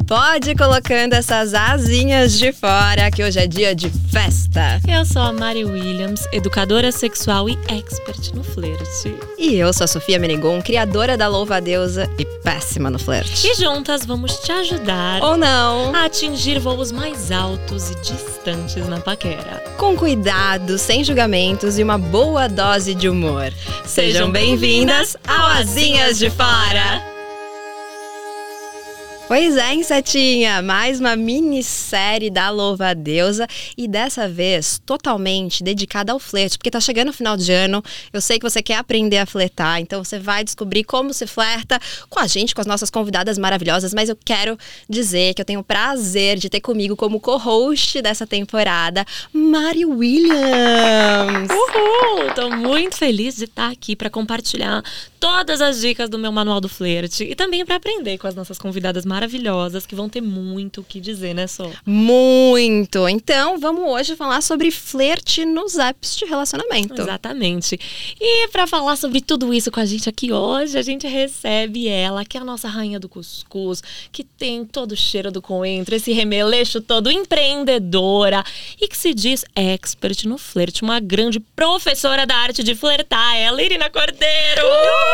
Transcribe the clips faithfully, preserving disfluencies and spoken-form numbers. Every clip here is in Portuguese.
Pode ir colocando essas asinhas de fora, que hoje é dia de festa. Eu sou a Mari Williams, educadora sexual e expert no flerte. E eu sou a Sofia Menegon, criadora da Louva a Deusa e péssima no flerte. E juntas vamos te ajudar ou não a atingir voos mais altos e distantes na paquera. Com cuidado, sem julgamentos e uma boa dose de humor. Sejam bem-vindas ao Asinhas de Fora! Pois é, Insetinha, mais uma minissérie da Louva a Deusa e dessa vez totalmente dedicada ao flerte, porque tá chegando o final de ano, eu sei que você quer aprender a flertar, então você vai descobrir como se flerta com a gente, com as nossas convidadas maravilhosas, mas eu quero dizer que eu tenho o prazer de ter comigo como co-host dessa temporada, Mari Williams! Uhul! Tô muito feliz de estar aqui para compartilhar todas as dicas do meu manual do flerte e também para aprender com as nossas convidadas maravilhosas. maravilhosas, que vão ter muito o que dizer, né, Sol? Muito! Então, vamos hoje falar sobre flerte nos apps de relacionamento. Exatamente. E para falar sobre tudo isso com a gente aqui hoje, a gente recebe ela, que é a nossa rainha do cuscuz, que tem todo o cheiro do coentro, esse remeleixo todo, empreendedora e que se diz expert no flerte, uma grande professora da arte de flertar, ela, Irina Cordeiro!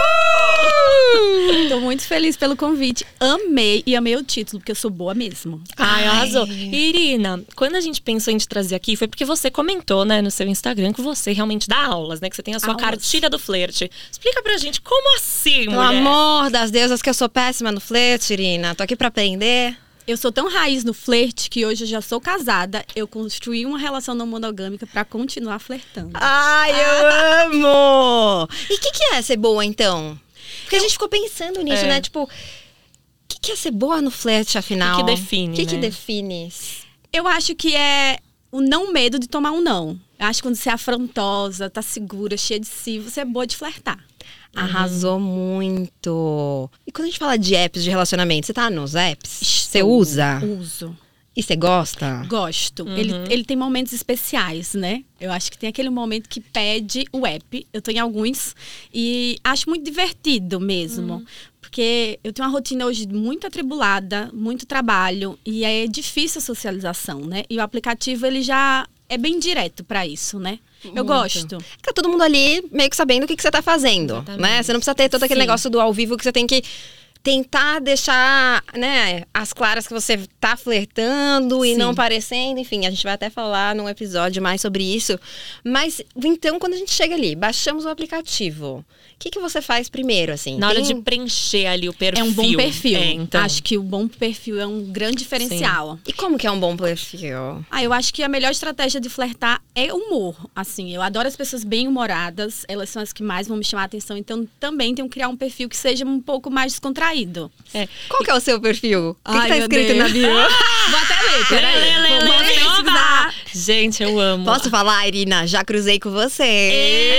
Uh! Tô muito feliz pelo convite. Amei e amei o título, porque eu sou boa mesmo. Ai, arrasou. Irina, quando a gente pensou em te trazer aqui, foi porque você comentou, né, no seu Instagram, que você realmente dá aulas, né? Que você tem a sua aulas. cartilha do flerte. Explica pra gente, como assim, Pelo mulher? amor das deusas, que eu sou péssima no flerte, Irina. Tô aqui pra aprender. Eu sou tão raiz no flerte que hoje eu já sou casada. Eu construí uma relação não monogâmica pra continuar flertando. Ai, eu ah. amo! E o que, que é ser boa, então? Porque a gente ficou pensando nisso, é. né? Tipo, o que, que é ser boa no flerte, afinal? O que define, O que, né? que define? Eu acho que é o não medo de tomar um não. Eu acho que quando você é afrontosa, tá segura, cheia de si, você é boa de flertar. Arrasou uhum. muito. E quando a gente fala de apps de relacionamento, você tá nos apps? Estou, você usa? Uso. E você gosta? Gosto. Uhum. Ele, ele tem momentos especiais, né? Eu acho que tem aquele momento que pede o app. Eu tô em alguns. E acho muito divertido mesmo. Uhum. Porque eu tenho uma rotina hoje muito atribulada, muito trabalho. E é difícil a socialização, né? E o aplicativo, ele já é bem direto pra isso, né? Eu muito. gosto. Fica todo mundo ali meio que sabendo o que, que você tá fazendo, Exatamente. né? Você não precisa ter todo aquele Sim. negócio do ao vivo que você tem que tentar deixar, né, as claras que você tá flertando e Sim. não parecendo. Enfim, a gente vai até falar num episódio mais sobre isso. Mas, então, quando a gente chega ali, baixamos o aplicativo, o que, que você faz primeiro, assim? Na hora tem... de preencher ali o perfil. É um bom perfil. É, então. Acho que o bom perfil é um grande diferencial. Sim. E como que é um bom perfil? Ah, eu acho que a melhor estratégia de flertar é humor. Assim, eu adoro as pessoas bem-humoradas. Elas são as que mais vão me chamar a atenção. Então, também tenho que criar um perfil que seja um pouco mais descontraído. É. Qual que é o seu perfil? O que, Ai, que tá escrito Deus. na bio? Ah, vou até ler, peraí. Lê, lê, lê, lê, lê, Gente, eu amo. Posso falar, Irina? Já cruzei com você.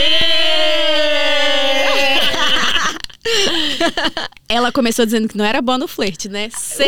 Ela começou dizendo que não era boa no flerte, né? Sim!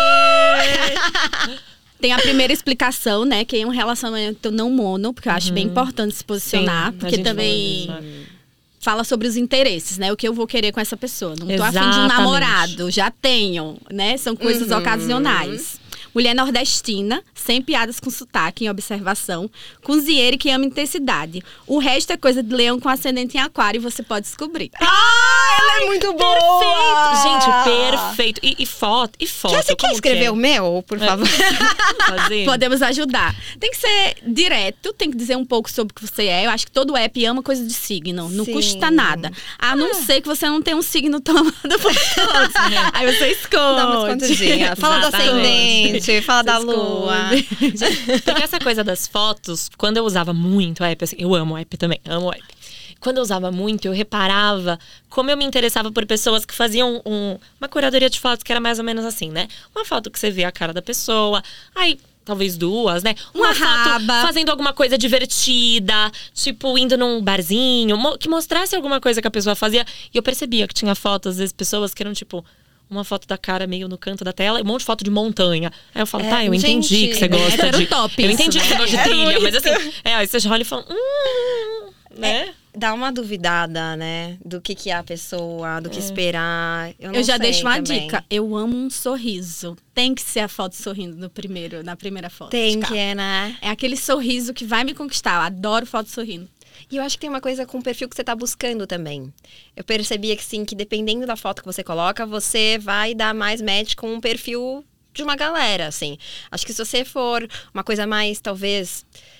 Tem a primeira explicação, né? Que é um relacionamento não mono, porque eu acho uhum. bem importante se posicionar. Sim, porque também fala sobre os interesses, né? O que eu vou querer com essa pessoa. Não tô afim de um namorado, já tenho, né? São coisas uhum. ocasionais. Mulher nordestina, sem piadas com sotaque, em observação. Cozinheira que ama intensidade. O resto é coisa de leão com ascendente em aquário e você pode descobrir. Ah, ela é muito boa! Perfeito! Gente, perfeito. E, e foto, e foto. Quer, você quer escrever que é? o meu, por favor? Podemos ajudar. Tem que ser direto, tem que dizer um pouco sobre o que você é. Eu acho que todo app ama coisa de signo. Não Sim. custa nada. A ah. não ser que você não tenha um signo tomado por todos. Aí você esconde. Dá uma escondidinha. Fala do ascendente. Fala da lua. Porque essa coisa das fotos, quando eu usava muito a app, assim, eu amo a app também, amo a app. Quando eu usava muito, eu reparava como eu me interessava por pessoas que faziam um, uma curadoria de fotos que era mais ou menos assim, né? Uma foto que você vê a cara da pessoa, aí talvez duas, né? Uma, uma foto raba. Fazendo alguma coisa divertida, tipo, indo num barzinho, que mostrasse alguma coisa que a pessoa fazia. E eu percebia que tinha fotos, às vezes, pessoas que eram tipo uma foto da cara meio no canto da tela e um monte de foto de montanha. Aí eu falo, é, tá, eu gente, entendi que você gosta é de… top eu isso, entendi né? que você gosta de é trilha, muito. Mas assim, é, aí você já olha e fala, hum, né? dá uma duvidada, né? Do que, que é a pessoa, do que é. esperar. Eu, não eu já sei deixo uma também. dica. Eu amo um sorriso. Tem que ser a foto sorrindo no primeiro, na primeira foto. Tem que é, né? É aquele sorriso que vai me conquistar. Eu adoro foto sorrindo. E eu acho que tem uma coisa com o perfil que você tá buscando também. Eu percebia que sim, que dependendo da foto que você coloca, você vai dar mais match com um perfil de uma galera, assim. Acho que se você for uma coisa mais, talvez...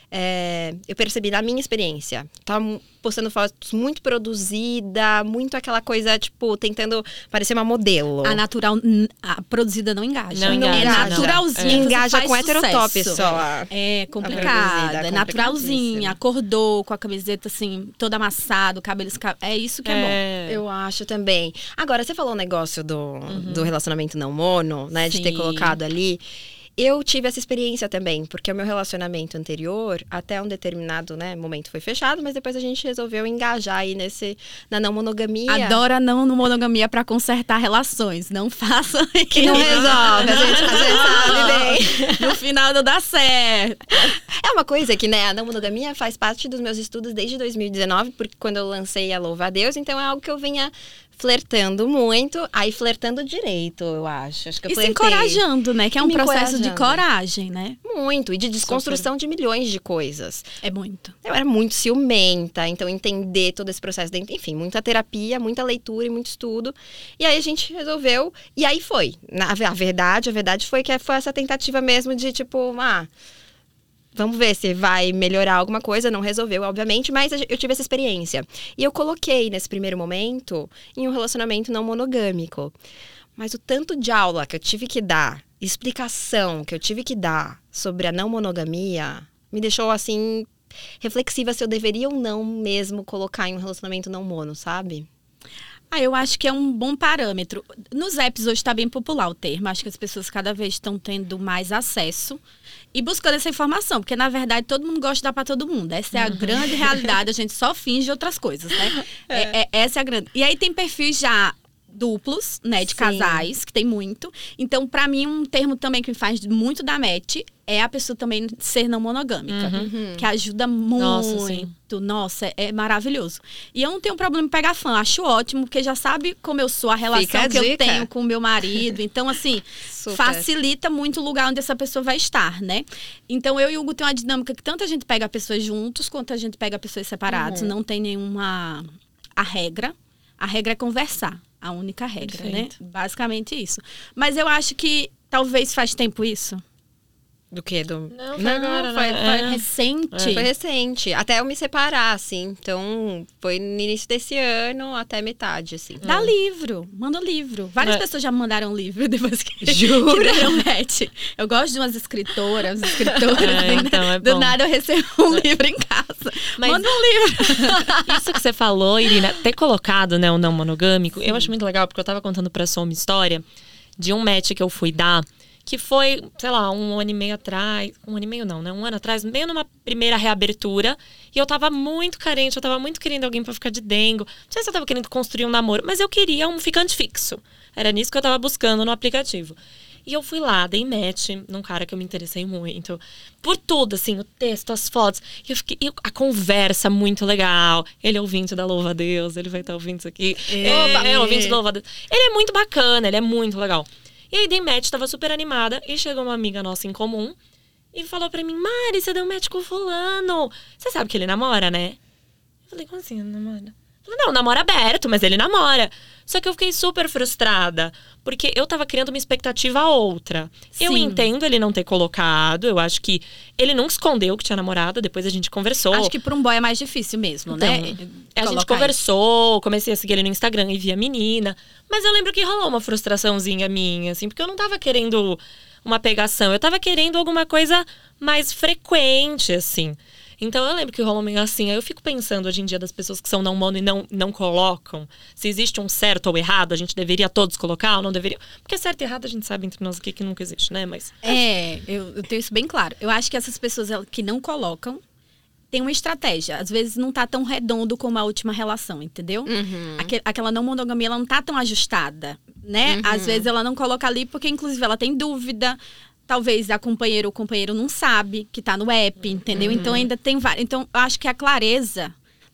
É, eu percebi na minha experiência, tá postando fotos muito produzida, muito aquela coisa, tipo, tentando parecer uma modelo. A natural, a produzida não engaja. Não engaja. É naturalzinha. É. Engaja com sucesso. heterotop só. É complicado. É naturalzinha. Acordou com a camiseta assim, toda amassada, o cabelo esca... É isso que é, é bom. Eu acho também. Agora, você falou o negócio do, uhum. do relacionamento não mono, né? De Sim. ter colocado ali. Eu tive essa experiência também, porque o meu relacionamento anterior, até um determinado né, momento foi fechado, mas depois a gente resolveu engajar aí nesse, na não monogamia. Adora não monogamia pra consertar relações, não façam que não resolve, a gente, a gente sabe bem. No final não dá certo. É uma coisa que, né, a não monogamia faz parte dos meus estudos desde dois mil e dezenove, porque quando eu lancei a Louva a Deus, então é algo que eu vinha flertando muito, aí flertando direito, eu acho. acho que eu e flertei. se encorajando, né? Que é um processo de coragem, né? Muito, e de desconstrução Super. de milhões de coisas. É muito. Eu era muito ciumenta, então entender todo esse processo dentro, enfim, muita terapia, muita leitura e muito estudo. E aí a gente resolveu, e aí foi. Na, a verdade, a verdade foi que foi essa tentativa mesmo de tipo, ah... Vamos ver se vai melhorar alguma coisa. Não resolveu, obviamente, mas eu tive essa experiência. E eu coloquei, nesse primeiro momento, em um relacionamento não monogâmico. Mas o tanto de aula que eu tive que dar, explicação que eu tive que dar sobre a não monogamia, me deixou, assim, reflexiva se eu deveria ou não mesmo colocar em um relacionamento não mono, sabe? Ah, eu acho que é um bom parâmetro. Nos apps hoje está bem popular o termo. Acho que as pessoas cada vez estão tendo mais acesso e buscando essa informação. Porque, na verdade, todo mundo gosta de dar para todo mundo. Essa é a uhum. grande realidade. A gente só finge outras coisas, né? É. É, é, essa é a grande... E aí tem perfis já duplos, né? De Sim. casais, que tem muito. Então, para mim, um termo também que me faz muito dar match é a pessoa também ser não monogâmica. Uhum. Que ajuda muito. Nossa, sim. Nossa, é maravilhoso. E eu não tenho problema em pegar fã. Acho ótimo, porque já sabe como eu sou, a relação a que dica. eu tenho com o meu marido. Então, assim, facilita muito o lugar onde essa pessoa vai estar, né? Então, eu e o Hugo tem uma dinâmica que tanto a gente pega pessoas juntos, quanto a gente pega pessoas separadas. Uhum. Não tem nenhuma... A regra. A regra é conversar. A única regra, Perfeito. né? Basicamente isso. Mas eu acho que talvez faz tempo isso. Do quê? Do... Não, foi Não, agora, foi, né? foi é. recente. É. Foi recente. Até eu me separar, assim. Então, foi no início desse ano até metade, assim. Dá hum. livro. Manda livro. Várias é. pessoas já mandaram livro depois que, Jura? que deram match. Eu gosto de umas escritoras, escritores. É, então é Do bom. nada eu recebo um livro em casa. Mas Manda um livro. Isso que você falou, Irina, ter colocado, né, o não monogâmico, Sim. eu acho muito legal, porque eu tava contando pra Sô uma história de um match que eu fui dar, que foi, sei lá, um ano e meio atrás. Um ano e meio não, né? Um ano atrás, meio numa primeira reabertura. E eu tava muito carente, eu tava muito querendo alguém pra ficar de dengo. Não sei se eu tava querendo construir um namoro, mas eu queria um ficante fixo. Era nisso que eu tava buscando no aplicativo. E eu fui lá, dei match num cara que eu me interessei muito. Por tudo, assim, o texto, as fotos. E eu fiquei, e a conversa muito legal. Ele é ouvinte da Louva a Deus, ele vai estar ouvindo isso aqui. É, é ouvinte da Louva a Deus. Ele é muito bacana, ele é muito legal. E aí dei match, tava super animada. E chegou uma amiga nossa em comum e falou pra mim: Mari, você deu match com o fulano. Você sabe que ele namora, né? Eu falei, como assim, ele namora? Eu falei, não, namora aberto, mas ele namora. Só que eu fiquei super frustrada, porque eu tava criando uma expectativa outra. Sim. Eu entendo ele não ter colocado, eu acho que ele não escondeu que tinha namorado, depois a gente conversou. Acho que pra um boy é mais difícil mesmo, então, né? A gente conversou, isso. comecei a seguir ele no Instagram e vi a menina. Mas eu lembro que rolou uma frustraçãozinha minha, assim, porque eu não tava querendo uma pegação, eu tava querendo alguma coisa mais frequente, assim. Então eu lembro que rolou meio assim. Aí eu fico pensando hoje em dia das pessoas que são não mono e não, não colocam. Se existe um certo ou errado, a gente deveria todos colocar ou não deveria? Porque certo e errado a gente sabe entre nós aqui que nunca existe, né? Mas É, eu, eu tenho isso bem claro. Eu acho que essas pessoas que não colocam têm uma estratégia. Às vezes não tá tão redondo como a última relação, entendeu? Uhum. Aquele, aquela não monogamia, ela não tá tão ajustada, né? Uhum. Às vezes ela não coloca ali porque, inclusive, ela tem dúvida. Talvez a companheira ou o companheiro não sabe que tá no app, entendeu? Uhum. Então ainda tem vários. Então eu acho que a clareza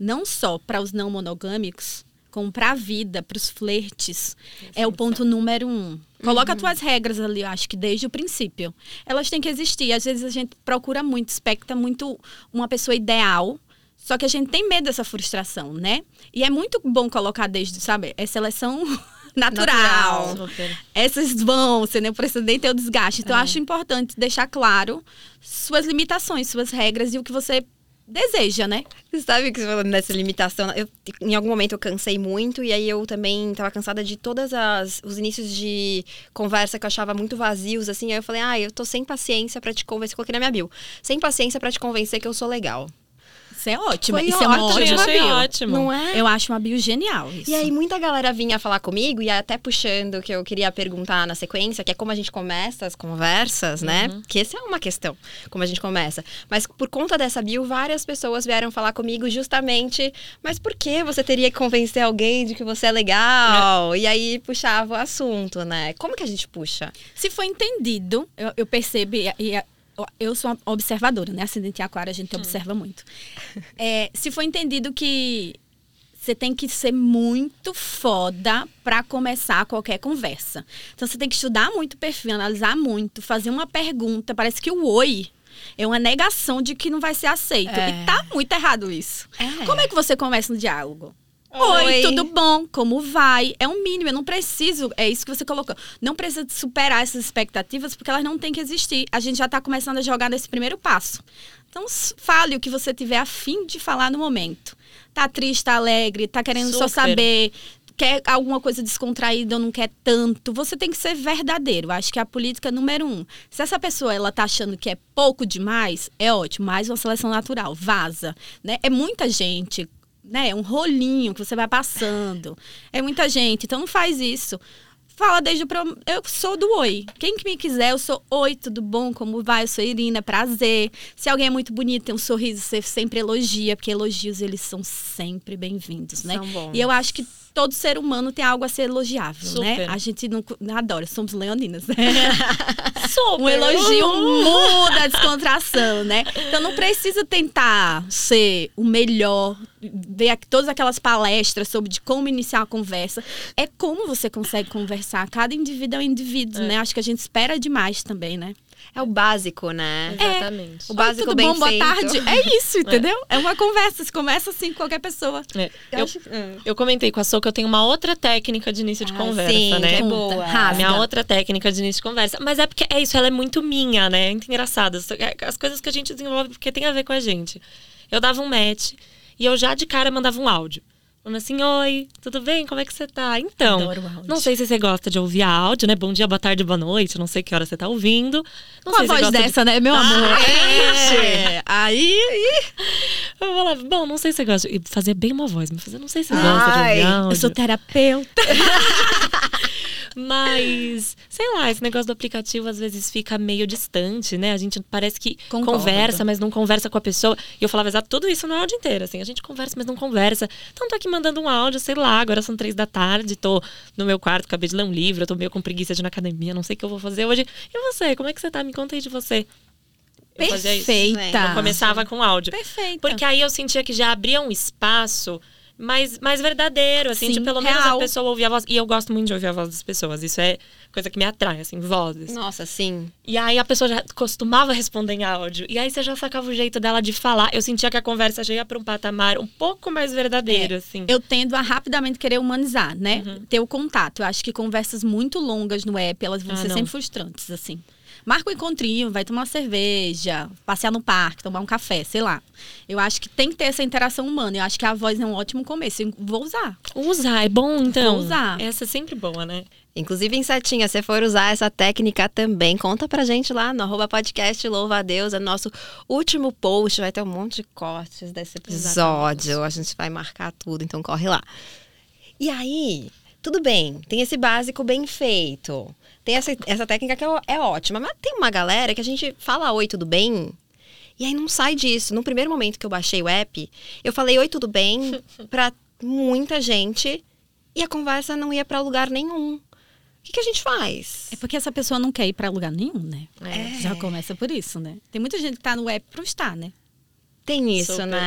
não só para os não monogâmicos, como para a vida, para os flertes, é o ponto número um. Coloca uhum. as tuas regras ali, eu acho que desde o princípio. Elas têm que existir. Às vezes a gente procura muito, expecta muito uma pessoa ideal, só que a gente tem medo dessa frustração, né? E é muito bom colocar desde, sabe, é seleção natural. natural. Essas vão, você nem precisa nem ter o desgaste. Então, é. eu acho importante deixar claro suas limitações, suas regras e o que você deseja, né? Você sabe que você falando dessa limitação, eu, em algum momento eu cansei muito e aí eu também tava cansada de todas as os inícios de conversa que eu achava muito vazios, assim. Aí eu falei, ah, eu tô sem paciência pra te convencer, coloquei na minha bio, sem paciência pra te convencer que eu sou legal. Isso é ótimo. Foi isso ótimo. é uma ótima bio. Ótimo. Não é? Eu acho uma bio genial isso. E aí muita galera vinha falar comigo, e até puxando o que eu queria perguntar na sequência, que é como a gente começa as conversas, né? Uhum. Que essa é uma questão, como a gente começa. Mas por conta dessa bio, várias pessoas vieram falar comigo justamente, mas por que você teria que convencer alguém de que você é legal? É. E aí puxava o assunto, né? Como que a gente puxa? Se for entendido, eu, eu percebo... E, e, eu sou uma observadora, né? Ascendente Aquário, a gente hum. observa muito. É, se for entendido que você tem que ser muito foda para começar qualquer conversa. Então, você tem que estudar muito o perfil, analisar muito, fazer uma pergunta. Parece que o oi é uma negação de que não vai ser aceito. É. E tá muito errado isso. É. Como é que você começa no diálogo? Oi. Oi, tudo bom? Como vai? É um mínimo, eu não preciso, é isso que você colocou. Não precisa superar essas expectativas, porque elas não têm que existir. A gente já está começando a jogar nesse primeiro passo. Então, fale o que você tiver a fim de falar no momento. Tá triste, tá alegre, tá querendo Super. só saber, quer alguma coisa descontraída ou não quer tanto. Você tem que ser verdadeiro. Acho que é a política número um. Se essa pessoa, ela tá achando que é pouco demais, é ótimo. Mais uma seleção natural, vaza. Né? É muita gente... Né? Um rolinho que você vai passando. É muita gente, então não faz isso. Fala desde o... Pro... Eu sou do oi. Quem que me quiser, eu sou oi, tudo bom? Como vai? Eu sou Irina, prazer. Se alguém é muito bonito, tem um sorriso, você sempre elogia, porque elogios, eles são sempre bem-vindos, né? São bons. E eu acho que todo ser humano tem algo a ser elogiável, Super. né? A gente não, não adora, somos leoninas, né? Super. Um elogio muda a descontração, né? Então não precisa tentar ser o melhor, ver todas aquelas palestras sobre de como iniciar uma conversa. É como você consegue conversar. Cada indivíduo é um indivíduo, é. né? Acho que a gente espera demais também, né? É o básico, né? Exatamente. É. O básico tudo bem bom, feito. Boa tarde. É isso, entendeu? É, é uma conversa. Se começa assim com qualquer pessoa. É. Eu, eu, acho... eu comentei com a Sô que eu tenho uma outra técnica de início de ah, conversa, sim, né? É boa. Rasga. Minha outra técnica de início de conversa. Mas é porque é isso, ela é muito minha, né? É muito engraçada. As coisas que a gente desenvolve porque tem a ver com a gente. Eu dava um match e eu já de cara mandava um áudio. Falando assim, oi, tudo bem? Como é que você tá? Então, não sei se você gosta de ouvir áudio, né? Bom dia, boa tarde, boa noite. Não sei que hora você tá ouvindo. Não Com sei a voz dessa, de... né, meu amor? Ah, é. é. Aí, aí... Eu falava, bom, não sei se você gosta de... Fazia bem uma voz, mas não sei se você gosta Ai, de ouvir áudio. Eu sou terapeuta. Mas, sei lá, esse negócio do aplicativo às vezes fica meio distante, né? A gente parece que Concordo. conversa, mas não conversa com a pessoa. E eu falava exato tudo isso no áudio inteiro, assim. A gente conversa, mas não conversa. Então tô aqui mandando um áudio, sei lá, agora são três da tarde, tô no meu quarto, acabei de ler um livro, eu tô meio com preguiça de ir na academia, não sei o que eu vou fazer hoje. E você, como é que você tá? Me conta aí de você. Eu Perfeita. Eu começava com áudio. Perfeita. Porque aí eu sentia que já abria um espaço mais, mais verdadeiro, assim, Sim, de pelo menos real. a pessoa ouvir a voz. E eu gosto muito de ouvir a voz das pessoas. Isso é coisa que me atrai, assim, vozes. Nossa, sim. E aí a pessoa já costumava responder em áudio. E aí você já sacava o jeito dela de falar. Eu sentia que a conversa já ia pra um patamar um pouco mais verdadeiro, É, assim. Eu tendo a rapidamente querer humanizar, né? Uhum. Ter o contato. Eu acho que conversas muito longas no app, elas vão Ah, ser não. sempre frustrantes, assim. Marca um encontrinho, vai tomar uma cerveja, passear no parque, tomar um café, sei lá. Eu acho que tem que ter essa interação humana. Eu acho que a voz é um ótimo começo. Eu vou usar. Usar, é bom, então. Vou usar. Essa é sempre boa, né? Inclusive, Insetinha, se for usar essa técnica também, conta pra gente lá no arroba podcast Louva a Deus, é nosso último post, vai ter um monte de cortes desse episódio, Exatamente. A gente vai marcar tudo, então corre lá. E aí, tudo bem, tem esse básico bem feito, tem essa, essa técnica que é, é ótima, mas tem uma galera que a gente fala oi, tudo bem? E aí não sai disso. No primeiro momento que eu baixei o app, eu falei oi, tudo bem pra muita gente e a conversa não ia pra lugar nenhum. O que, que a gente faz? É porque essa pessoa não quer ir pra lugar nenhum, né? É. Já começa por isso, né? Tem muita gente que tá no app pro estar, né? Tem isso, Super. né?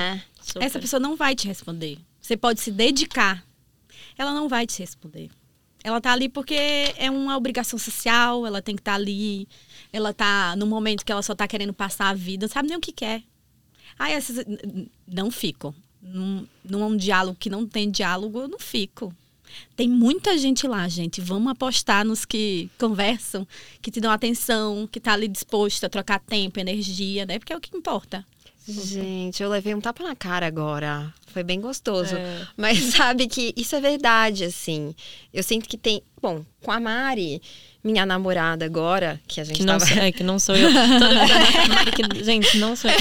Super. Essa pessoa não vai te responder. Você pode se dedicar. Ela não vai te responder. Ela tá ali porque é uma obrigação social, ela tem que estar tá ali. Ela tá no momento que ela só tá querendo passar a vida, não sabe nem o que quer. Aí essas não fico. Num, num diálogo que não tem diálogo, eu não fico. Tem muita gente lá, gente. Vamos apostar nos que conversam, que te dão atenção, que tá ali disposto a trocar tempo, energia, né? Porque é o que importa. Gente, eu levei um tapa na cara agora. Foi bem gostoso. É. Mas sabe que isso é verdade, assim. Eu sinto que tem... Bom, com a Mari, minha namorada agora, que a gente que não, tava... É, que não sou eu. Mari, que, gente, não sou eu.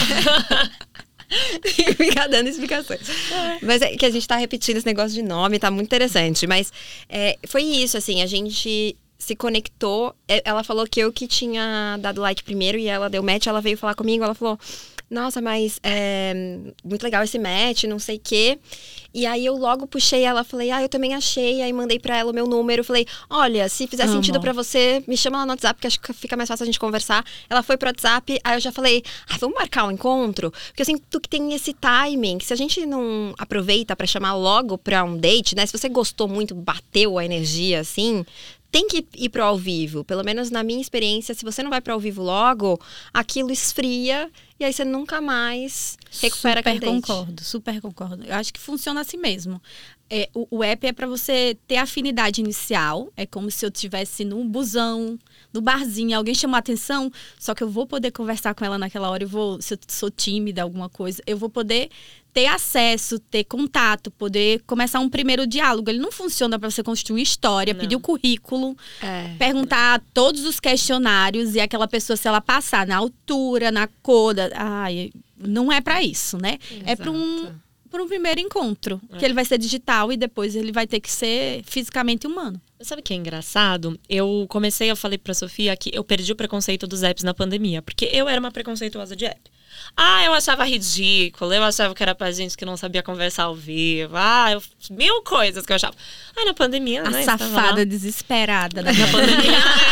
Ficar dando explicações. Mas é que a gente tá repetindo esse negócio de nome, tá muito interessante. Mas é, foi isso, assim, a gente... se conectou. Ela falou que eu que tinha dado like primeiro e ela deu match. Ela veio falar comigo, ela falou... Nossa, mas é muito legal esse match, não sei o quê. E aí eu logo puxei ela, falei, ah, eu também achei. Aí mandei pra ela o meu número, falei, olha, se fizer Amo. sentido pra você, me chama lá no WhatsApp, que acho que fica mais fácil a gente conversar. Ela foi pro WhatsApp, aí eu já falei, ah, vamos marcar um encontro? Porque eu sinto que tem esse timing, que se a gente não aproveita pra chamar logo pra um date, né? Se você gostou muito, bateu a energia, assim... Tem que ir pro ao vivo. Pelo menos na minha experiência, se você não vai pro ao vivo logo, aquilo esfria e aí você nunca mais recupera aquele date. Super concordo, super concordo. Eu acho que funciona assim mesmo. É, o, o app é para você ter afinidade inicial. É como se eu estivesse num busão, no barzinho, alguém chamou a atenção, só que eu vou poder conversar com ela naquela hora. Eu vou, se eu sou tímida, alguma coisa, eu vou poder ter acesso, ter contato, poder começar um primeiro diálogo. Ele não funciona para você construir história, não. Pedir o currículo, é. perguntar todos os questionários e aquela pessoa, se ela passar na altura, na cor, da... ai, não é para isso, né? Exato. É para um, para um primeiro encontro, é. que ele vai ser digital e depois ele vai ter que ser fisicamente humano. Sabe o que é engraçado? Eu comecei, eu falei pra Sofia que eu perdi o preconceito dos apps na pandemia, porque eu era uma preconceituosa de app. Ah, eu achava ridículo, eu achava que era pra gente que não sabia conversar ao vivo. Ah, eu, mil coisas que eu achava. Ah, na pandemia, a né? A safada desesperada. Né? Na pandemia,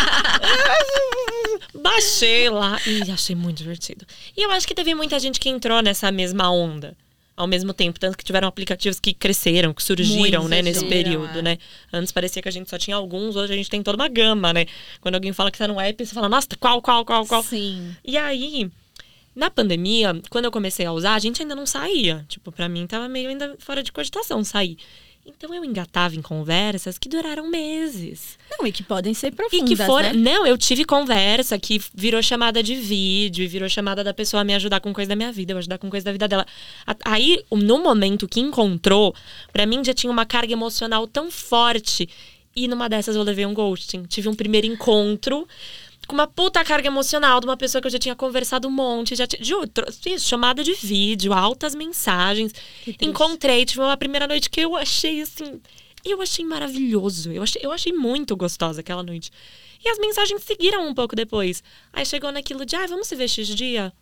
né? Baixei lá e achei muito divertido. E eu acho que teve muita gente que entrou nessa mesma onda ao mesmo tempo, tanto que tiveram aplicativos que cresceram, que surgiram, né, nesse período, é. né? Antes parecia que a gente só tinha alguns, hoje a gente tem toda uma gama, né? Quando alguém fala que tá no app, você fala, nossa, qual, qual, qual, qual? Sim. E aí, na pandemia, quando eu comecei a usar, a gente ainda não saía. Tipo, pra mim tava meio ainda fora de cogitação sair. Então eu engatava em conversas que duraram meses. Não, e que podem ser profundas, e que foram, né? Não, eu tive conversa que virou chamada de vídeo, virou chamada da pessoa a me ajudar com coisa da minha vida, eu ajudar com coisa da vida dela. Aí, no momento que encontrou, pra mim já tinha uma carga emocional tão forte. E numa dessas eu levei um ghosting. Tive um primeiro encontro com uma puta carga emocional de uma pessoa que eu já tinha conversado um monte. Já tinha, juro, fiz chamada de vídeo, altas mensagens. Encontrei, tive uma primeira noite que eu achei assim... Eu achei maravilhoso. Eu achei, eu achei muito gostosa aquela noite. E as mensagens seguiram um pouco depois. Aí chegou naquilo de, ah, vamos se ver X dia?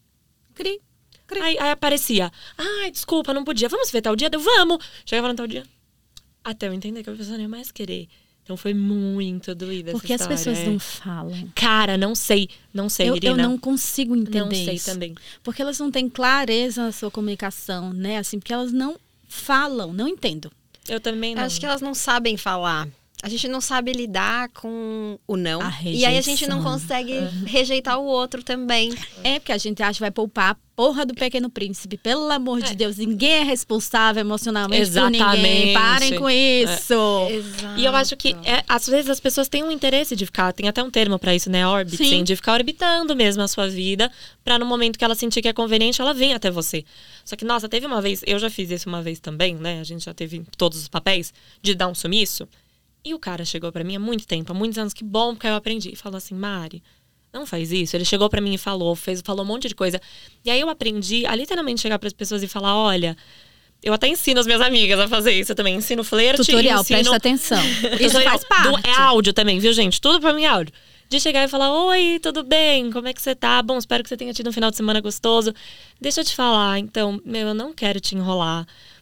Cri, cri. Aí, aí aparecia, ai, desculpa, não podia. Vamos se ver tal dia? Deu, vamos! Chegava no tal dia. Até eu entender que a pessoa não ia mais querer. Então foi muito doída essa Porque história. as pessoas é. não falam. Cara, não sei. Não sei, eu, Irina. Eu não consigo entender Não sei isso. também. Porque elas não têm clareza na sua comunicação, né? Assim, porque elas não falam, não entendo. Eu também não. Acho que elas não sabem falar. A gente não sabe lidar com o não. A e aí a gente não consegue uhum. rejeitar o outro também. É, porque a gente acha que vai poupar a porra do Pequeno Príncipe. Pelo amor é. de Deus, ninguém é responsável emocionalmente Exatamente. por ninguém. Parem com isso. É. Exato. E eu acho que, é, às vezes, as pessoas têm um interesse de ficar... Tem até um termo pra isso, né? Orbiting. Sim. De ficar orbitando mesmo a sua vida. Pra no momento que ela sentir que é conveniente, ela vem até você. Só que, nossa, teve uma vez... Eu já fiz isso uma vez também, né? A gente já teve todos os papéis de dar um sumiço. E o cara chegou pra mim há muito tempo, há muitos anos, que bom, porque eu aprendi. E falou assim, Mari, não faz isso. Ele chegou pra mim e falou, fez, falou um monte de coisa. E aí eu aprendi a literalmente chegar pras pessoas e falar, olha... Eu até ensino as minhas amigas a fazer isso. Eu também ensino flerte. Tutorial, ensino... presta atenção. Isso Tutorial faz parte. Do, é áudio também, viu, gente? Tudo pra mim é áudio. De chegar e falar, oi, tudo bem? Como é que você tá? Bom, espero que você tenha tido um final de semana gostoso. Deixa eu te falar, então, meu, eu não quero te enrolar.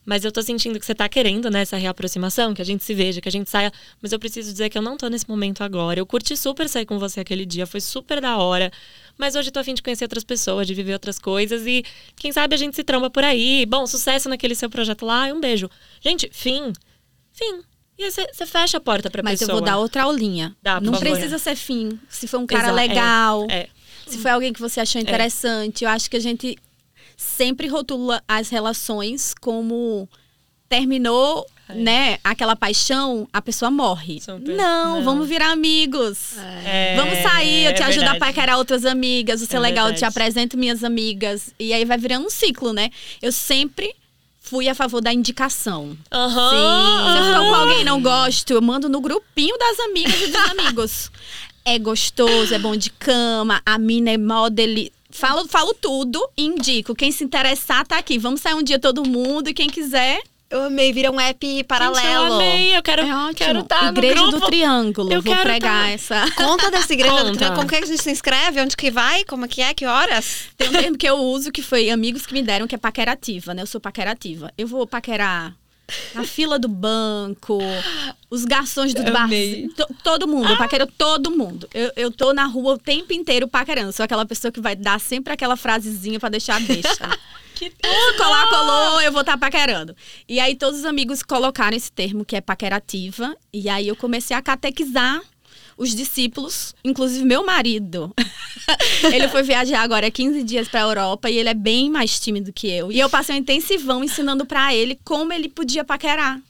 Mas eu tô sentindo que você tá querendo, né, essa reaproximação, que a gente se veja, que a gente saia. Mas eu preciso dizer que eu não tô nesse momento agora. Eu curti super sair com você aquele dia, foi super da hora. Mas hoje eu tô a fim de conhecer outras pessoas, de viver outras coisas. E quem sabe a gente se tromba por aí. Bom, sucesso naquele seu projeto lá, um beijo. Gente, fim. Fim. E aí você fecha a porta pra Mas pessoa. Mas eu vou dar outra aulinha. Dá, não por favor. precisa ser fim. Se for um cara Exato, legal, é, é. se foi alguém que você achou interessante. É. Eu acho que a gente sempre rotula as relações como terminou, é. né, aquela paixão, a pessoa morre. Super. Não, não, vamos virar amigos. É. Vamos sair, eu te é ajudo verdade. a paquerar outras amigas. Você é legal, verdade. eu te apresento minhas amigas. E aí vai virando um ciclo, né? Eu sempre... fui a favor da indicação. Uhum. Sim. Se eu for com alguém e não gosto, eu mando no grupinho das amigas e dos amigos. É gostoso, é bom de cama, a mina é modeli... Falo, falo tudo e indico. Quem se interessar, tá aqui. Vamos sair um dia todo mundo e quem quiser... Eu amei, vira um app paralelo. Gente, eu amei, eu quero, é ótimo. quero estar no Igreja grupo. do Triângulo, eu vou quero pregar tá... essa. Conta dessa Igreja Conta. do Triângulo, como que a gente se inscreve, onde que vai, como é que é, que horas? Tem um termo que eu uso, que foi amigos que me deram, que é paquerativa, né? Eu sou paquerativa. Eu vou paquerar na fila do banco, os garçons do bar, to, todo mundo, ah. eu paquero todo mundo. Eu, eu tô na rua o tempo inteiro paquerando, sou aquela pessoa que vai dar sempre aquela frasezinha pra deixar a deixa. Que tudo! Colar, colou, eu vou estar tá paquerando. E aí todos os amigos colocaram esse termo, que é paquerativa. E aí eu comecei a catequizar os discípulos, inclusive meu marido. Ele foi viajar agora quinze dias pra Europa e ele é bem mais tímido que eu. E eu passei um intensivão ensinando pra ele como ele podia paquerar.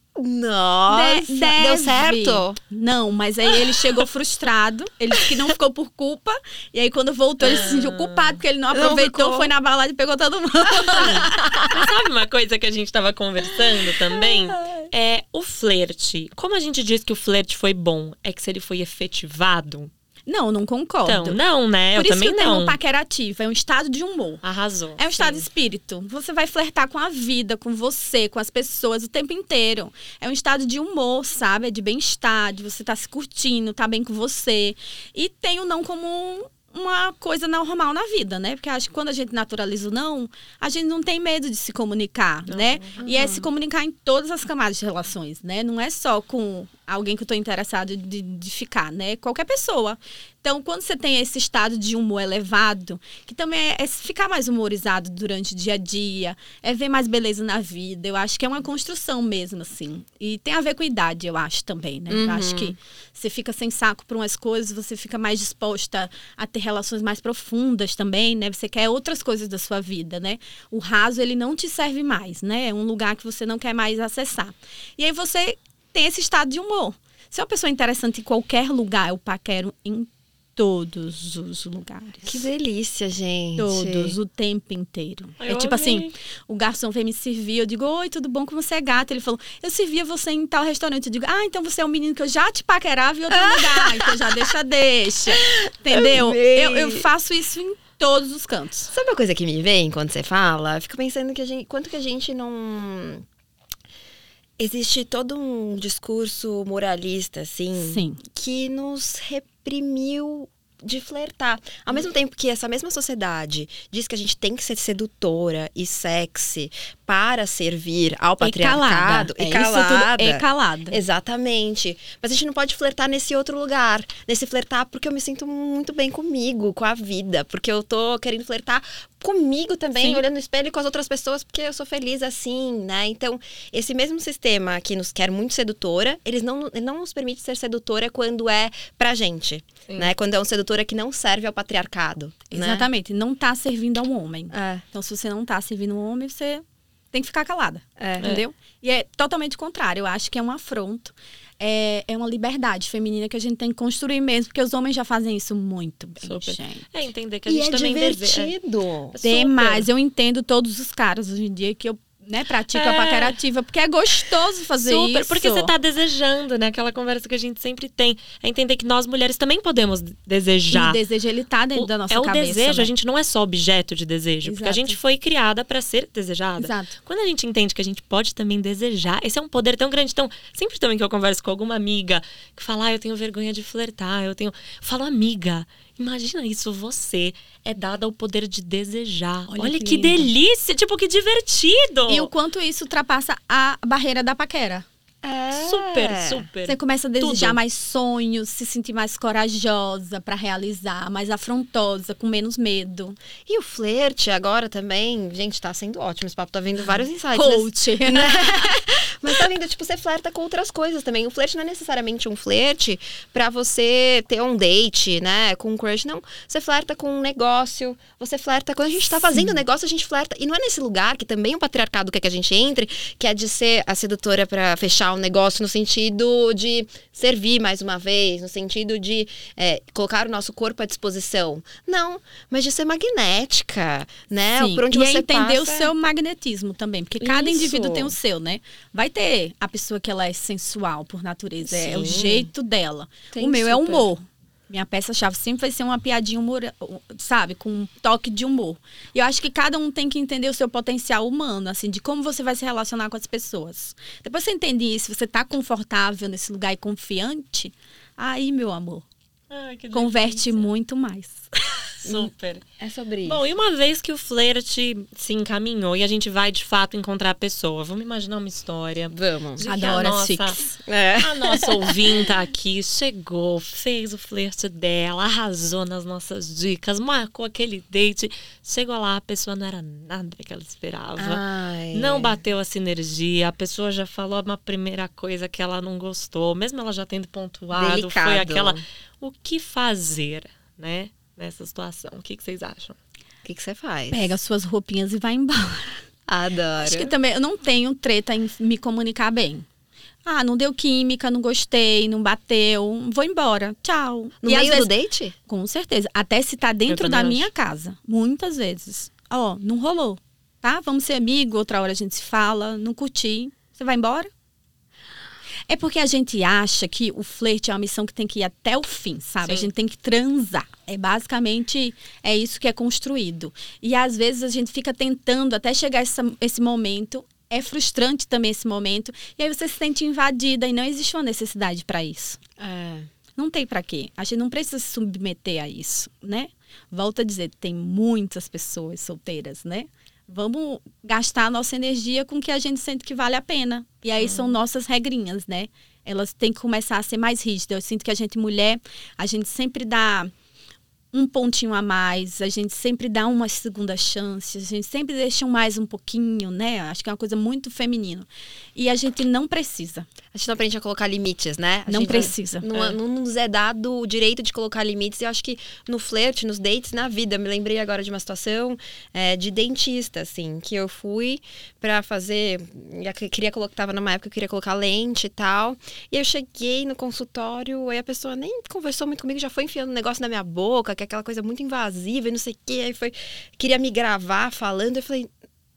Nossa, de- deu certo? Não, mas aí ele chegou frustrado. Ele disse que não ficou por culpa. E aí quando voltou ele se sentiu culpado porque ele não aproveitou, não foi na balada e pegou todo mundo. Mas sabe uma coisa que a gente tava conversando também? É o flerte. Como a gente diz que o flerte foi bom, é que se ele foi efetivado... Não, não concordo. Então, não, né? Por eu isso também que o termo não. paquerativo é um estado de humor. Arrasou. É um estado sim. de espírito. Você vai flertar com a vida, com você, com as pessoas o tempo inteiro. É um estado de humor, sabe? É de bem-estar, de você estar tá se curtindo, tá bem com você. E tem o não como um, uma coisa normal na vida, né? Porque acho que quando a gente naturaliza o não, a gente não tem medo de se comunicar, uhum. né? Uhum. E é se comunicar em todas as camadas de relações, né? Não é só com alguém que eu tô interessado de, de ficar, né? Qualquer pessoa. Então, quando você tem esse estado de humor elevado, que também é, é ficar mais humorizado durante o dia a dia, é ver mais beleza na vida, eu acho que é uma construção mesmo, assim. E tem a ver com idade, eu acho, também, né? Uhum. Eu acho que você fica sem saco por umas coisas, você fica mais disposta a ter relações mais profundas também, né? Você quer outras coisas da sua vida, né? O raso, ele não te serve mais, né? É um lugar que você não quer mais acessar. E aí você tem esse estado de humor. Se é uma pessoa interessante em qualquer lugar, eu paquero em todos os lugares. Que delícia, gente. Todos, o tempo inteiro. Ai, é tipo amei. assim, o garçom vem me servir, eu digo, oi, tudo bom, como você é gata? Ele falou, eu servia você em tal restaurante. Eu digo, ah, então você é um menino que eu já te paquerava em outro lugar. Então já deixa, deixa. Entendeu? Eu, eu faço isso em todos os cantos. Sabe uma coisa que me vem quando você fala? Fico pensando que a gente, quanto que a gente não... Existe todo um discurso moralista, assim, Sim. que nos reprimiu de flertar. Ao mesmo tempo que essa mesma sociedade diz que a gente tem que ser sedutora e sexy para servir ao patriarcado. E calada. E calada. É, isso tudo é calada. Exatamente. Mas a gente não pode flertar nesse outro lugar. Nesse flertar porque eu me sinto muito bem comigo, com a vida. Porque eu tô querendo flertar comigo também, Sim. olhando no espelho e com as outras pessoas, porque eu sou feliz assim, né? Então, esse mesmo sistema que nos quer muito sedutora, eles não, ele não nos permite ser sedutora quando é pra gente, Sim. né? Quando é um sedutora que não serve ao patriarcado. Exatamente, né? não tá servindo a um homem. É. Então, se você não tá servindo um homem, você tem que ficar calada, é. entendeu? É. E é totalmente contrário, eu acho que é um afronto. É, é uma liberdade feminina que a gente tem que construir mesmo, porque os homens já fazem isso muito bem, Super. gente. É entender que a e gente é também divertido. deseja. Tem mais, eu entendo todos os caras hoje em dia que eu né, pratico é. a paquerativa, porque é gostoso fazer Super, isso. porque você tá desejando, né? Aquela conversa que a gente sempre tem. É entender que nós mulheres também podemos desejar. E o desejo, ele tá dentro o, da nossa é cabeça. É o desejo, né? a gente não é só objeto de desejo. Exato. Porque a gente foi criada pra ser desejada. Exato. Quando a gente entende que a gente pode também desejar, esse é um poder tão grande. Então, sempre também que eu converso com alguma amiga que fala, ah, eu tenho vergonha de flertar, eu tenho... Eu falo, amiga... Imagina isso, você é dada o poder de desejar. Olha, Olha que, que delícia, tipo, que divertido. E o quanto isso ultrapassa a barreira da paquera. É. Super, super. Você começa a desejar Tudo. mais sonhos, se sentir mais corajosa pra realizar, mais afrontosa, com menos medo. E o flerte agora também, gente, tá sendo ótimo. Esse papo tá vendo vários insights. Coach. Né? Mas tá vendo, tipo, você flerta com outras coisas também. O flerte não é necessariamente um flerte pra você ter um date, né? Com um crush, não. Você flerta com um negócio, você flerta... Quando a gente tá fazendo negócio, a gente flerta. E não é nesse lugar que também o patriarcado quer que a gente entre, que é de ser a sedutora pra fechar um negócio no sentido de servir mais uma vez, no sentido de é, colocar o nosso corpo à disposição. Não, mas de ser magnética, né? Sim. Por onde e você é entender passa... o seu magnetismo também, porque cada Isso. indivíduo tem o seu, né? Vai ter a pessoa que ela é sensual por natureza, é o Sim. jeito dela. Tem o meu é super. humor. Minha peça-chave sempre vai ser uma piadinha humor, sabe? Com um toque de humor. E eu acho que cada um tem que entender o seu potencial humano, assim, de como você vai se relacionar com as pessoas. Depois você entende isso, você tá confortável nesse lugar e confiante, aí, meu amor, Ai, que converte delícia. muito mais. Super. É sobre isso. Bom, e uma vez que o flerte se encaminhou e a gente vai, de fato, encontrar a pessoa, vamos imaginar uma história. Vamos. De que Adoro a as nossa, chiques. É. a nossa ouvinte aqui chegou, fez o flerte dela, arrasou nas nossas dicas, marcou aquele date. Chegou lá, a pessoa não era nada que ela esperava. Ai. Não bateu a sinergia, a pessoa já falou uma primeira coisa que ela não gostou, mesmo ela já tendo pontuado, Delicado. foi aquela... O que fazer, né? Nessa situação. O que, que vocês acham? O que que você faz? Pega suas roupinhas e vai embora. Adoro. Acho que também eu não tenho treta em me comunicar bem. Ah, não deu química, não gostei, não bateu, vou embora, tchau. No e às meio vezes, do date? com certeza, até se tá dentro Eu da também minha acho. casa, muitas vezes. Ó, não rolou, tá? Vamos ser amigo, outra hora a gente se fala, não curti, você vai embora? É porque a gente acha que o flerte é uma missão que tem que ir até o fim, sabe? Sim. A gente tem que transar. É basicamente, é isso que é construído. E às vezes a gente fica tentando até chegar essa, esse momento. É frustrante também esse momento. E aí você se sente invadida e não existe uma necessidade para isso. É. Não tem para quê. A gente não precisa se submeter a isso, né? Volto a dizer, tem muitas pessoas solteiras, né? Vamos gastar a nossa energia com o que a gente sente que vale a pena. E aí são nossas regrinhas, né? Elas têm que começar a ser mais rígidas. Eu sinto que a gente, mulher, a gente sempre dá um pontinho a mais, a gente sempre dá uma segunda chance, a gente sempre deixa mais um pouquinho, né? Acho que é uma coisa muito feminina. E a gente não precisa. A gente não aprende a colocar limites, né? A Não gente precisa. Não, É. não nos é dado o direito de colocar limites. Eu acho que no flerte, nos dates, na vida. Eu me lembrei agora de uma situação é, de dentista, assim. Que eu fui pra fazer... Eu queria colocar, tava numa época que eu queria colocar lente e tal. E eu cheguei no consultório, aí a pessoa nem conversou muito comigo, já foi enfiando um negócio na minha boca, que é aquela coisa muito invasiva e não sei o quê. Aí foi... Queria me gravar falando. Eu falei...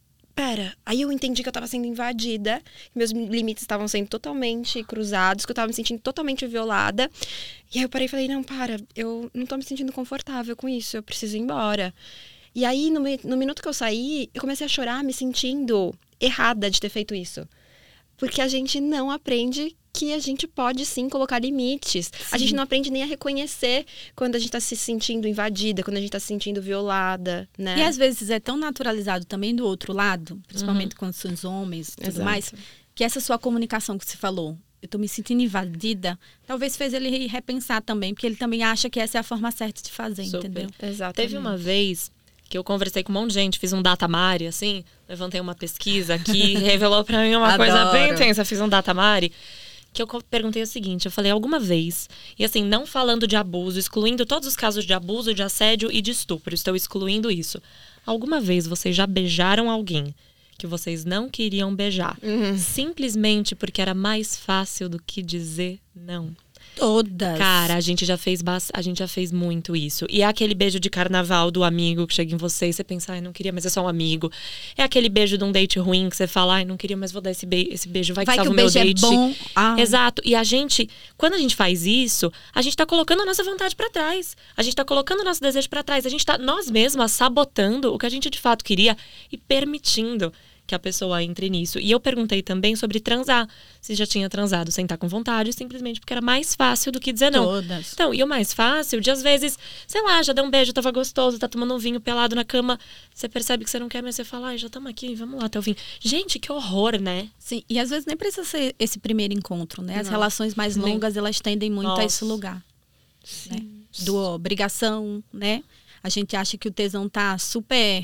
Pera, aí eu entendi que eu tava sendo invadida, que meus limites estavam sendo totalmente cruzados, que eu tava me sentindo totalmente violada. E aí eu parei e falei, não, para, eu não tô me sentindo confortável com isso, eu preciso ir embora. E aí, no, no minuto que eu saí, eu comecei a chorar, me sentindo errada de ter feito isso. Porque a gente não aprende que a gente pode sim colocar limites. Sim. A gente não aprende nem a reconhecer quando a gente tá se sentindo invadida, quando a gente tá se sentindo violada, né? E às vezes é tão naturalizado também do outro lado, principalmente Uhum. quando são os homens e tudo Exato. mais, que essa sua comunicação que você falou, eu tô me sentindo invadida, talvez fez ele repensar também, porque ele também acha que essa é a forma certa de fazer, Super. entendeu? Exatamente. Teve uma vez que eu conversei com um monte de gente, fiz um datamari, assim, levantei uma pesquisa que revelou pra mim uma coisa Adoro. bem intensa. Fiz um datamari, que eu co- perguntei o seguinte, eu falei, alguma vez, e assim, não falando de abuso, excluindo todos os casos de abuso, de assédio e de estupro, estou excluindo isso. Alguma vez vocês já beijaram alguém que vocês não queriam beijar, Uhum. simplesmente porque era mais fácil do que dizer não? Todas. Cara, a gente já fez bas- a gente já fez muito isso. E é aquele beijo de carnaval do amigo que chega em você e você pensa, ai, não queria, mas é só um amigo. É aquele beijo de um date ruim que você fala, ai, não queria, mas vou dar esse, be- esse beijo, vai que Vai que salva o o meu beijo é date. bom. Ah. Exato. E a gente, quando a gente faz isso, a gente tá colocando a nossa vontade pra trás. A gente tá colocando o nosso desejo pra trás. A gente tá, nós mesmas, sabotando o que a gente de fato queria e permitindo que a pessoa entre nisso. E eu perguntei também sobre transar. Se já tinha transado sem estar com vontade, simplesmente porque era mais fácil do que dizer não. Todas. Então, e o mais fácil de, às vezes, sei lá, já deu um beijo, tava gostoso, tá tomando um vinho pelado na cama, você percebe que você não quer, mas você fala, ai, já estamos aqui, vamos lá até o fim. Gente, que horror, né? Sim, e às vezes nem precisa ser esse primeiro encontro, né? As não. relações mais longas, nem. elas tendem muito Nossa. a esse lugar. Sim. Né? Do obrigação, né? A gente acha que o tesão tá super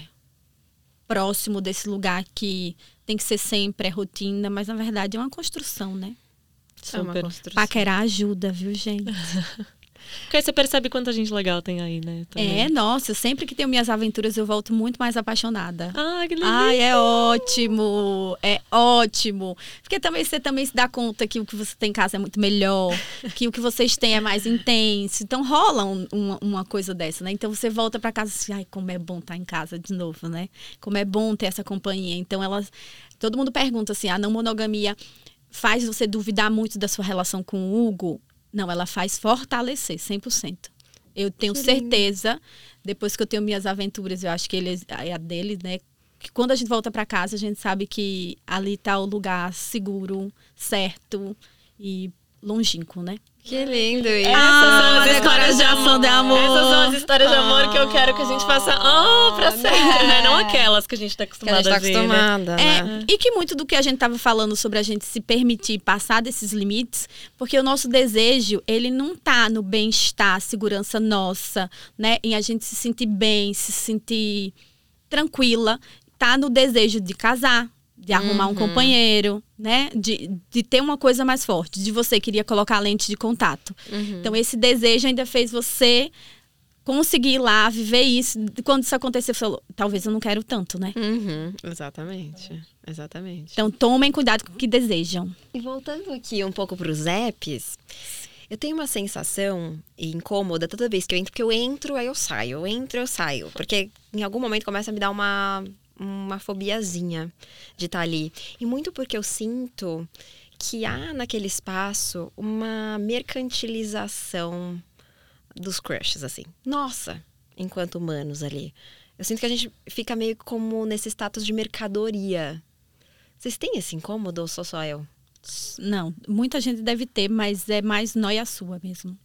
próximo desse lugar que tem que ser sempre, é rotina, mas na verdade é uma construção, né? É uma construção. Paquerar ajuda, viu, gente? Porque aí você percebe quanta gente legal tem aí, né? Também. É, nossa, sempre que tenho minhas aventuras eu volto muito mais apaixonada. Ai, que lindo! Ai, é ótimo! É ótimo! Porque também você também se dá conta que o que você tem em casa é muito melhor, que o que vocês têm é mais intenso. Então rola um, uma, uma coisa dessa, né? Então você volta pra casa assim, ai, como é bom estar em casa de novo, né? Como é bom ter essa companhia. Então elas, todo mundo pergunta assim, a não monogamia faz você duvidar muito da sua relação com o Hugo? Não, ela faz fortalecer, cem por cento. Eu tenho certeza, depois que eu tenho minhas aventuras, eu acho que ele é a dele, né? Que quando a gente volta para casa, a gente sabe que ali tá o lugar seguro, certo e longínquo, né? Que lindo isso. Essas ah, são as histórias de amor. de amor. Essas são as histórias de amor que eu quero que a gente faça oh, pra sempre, é. né? Não aquelas que a gente tá acostumada que a, gente tá a ver, acostumada, né? né? É, e que muito do que a gente tava falando sobre a gente se permitir passar desses limites, porque o nosso desejo, ele não tá no bem-estar, segurança nossa, né? Em a gente se sentir bem, se sentir tranquila. Tá no desejo de casar, de arrumar uhum. um companheiro, né? De, de ter uma coisa mais forte. De você queria colocar a lente de contato. Uhum. Então, esse desejo ainda fez você conseguir ir lá, viver isso. Quando isso acontecer, você falou, talvez eu não quero tanto, né? Uhum. Exatamente. Exatamente. Então, tomem cuidado com o que desejam. E voltando aqui um pouco para os apps, eu tenho uma sensação incômoda toda vez que eu entro, porque eu entro, aí eu saio. Eu entro, eu saio. Porque em algum momento começa a me dar uma... uma fobiazinha de estar ali. E muito porque eu sinto que há naquele espaço uma mercantilização dos crushes, assim. Nossa, enquanto humanos ali. Eu sinto que a gente fica meio como nesse status de mercadoria. Vocês têm esse incômodo ou sou só eu? Não, muita gente deve ter, mas é mais nóia sua mesmo.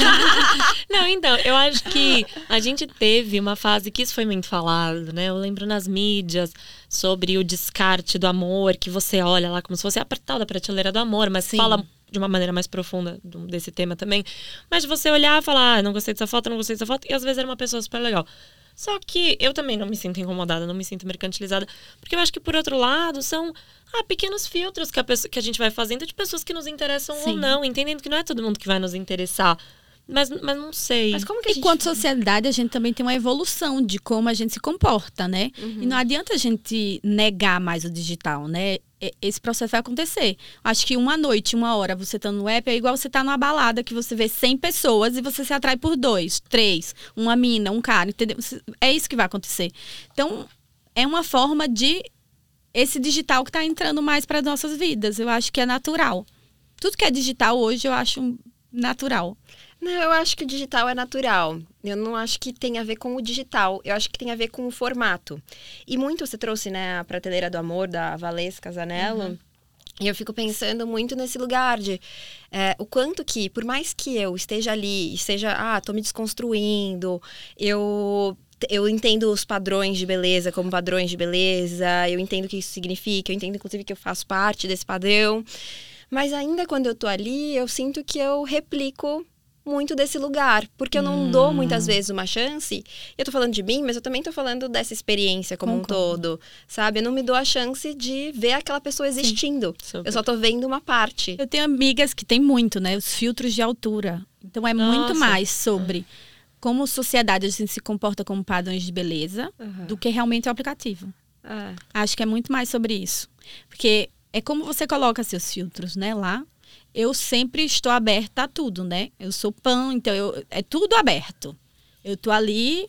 Não, então, eu acho que a gente teve uma fase que isso foi muito falado, né? Eu lembro nas mídias sobre o descarte do amor, que você olha lá como se fosse a tal da prateleira do amor, mas Sim. fala de uma maneira mais profunda desse tema também. Mas de você olhar e falar, ah, não gostei dessa foto, não gostei dessa foto, e às vezes era uma pessoa super legal. Só que eu também não me sinto incomodada, não me sinto mercantilizada. Porque eu acho que, por outro lado, são ah, pequenos filtros que a, pessoa, que a gente vai fazendo de pessoas que nos interessam Sim. ou não. Entendendo que não é todo mundo que vai nos interessar. Mas, mas não sei. Mas como que a gente... Enquanto sociedade, a gente também tem uma evolução de como a gente se comporta, né? Uhum. E não adianta a gente negar mais o digital, né? Esse processo vai acontecer. Acho que uma noite, uma hora, você tá no app, é igual você tá numa balada que você vê cem pessoas e você se atrai por dois, três, uma mina, um cara, entendeu? É isso que vai acontecer. Então, é uma forma de esse digital que tá entrando mais para nossas vidas. Eu acho que é natural. Tudo que é digital hoje, eu acho natural. Não, eu acho que o digital é natural. Eu não acho que tem a ver com o digital. Eu acho que tem a ver com o formato. E muito você trouxe, né, a Prateleira do Amor, da Valesca Zanello. Uhum. E eu fico pensando muito nesse lugar de é, o quanto que, por mais que eu esteja ali, esteja, ah, tô me desconstruindo, eu... Eu entendo os padrões de beleza como padrões de beleza, eu entendo o que isso significa, eu entendo, inclusive, que eu faço parte desse padrão. Mas ainda quando eu tô ali, eu sinto que eu replico muito desse lugar, porque eu não hum. dou muitas vezes uma chance. Eu tô falando de mim, mas eu também tô falando dessa experiência como Concordo. um todo, sabe? Eu não me dou a chance de ver aquela pessoa existindo. Eu só tô vendo uma parte. Eu tenho amigas que tem muito, né? Os filtros de altura. Então é Nossa. muito mais sobre como sociedade a gente se comporta como padrões de beleza uhum. do que realmente o aplicativo. É. Acho que é muito mais sobre isso. Porque é como você coloca seus filtros, né, lá. Eu sempre estou aberta a tudo, né? Eu sou pan, então eu, é tudo aberto. Eu tô ali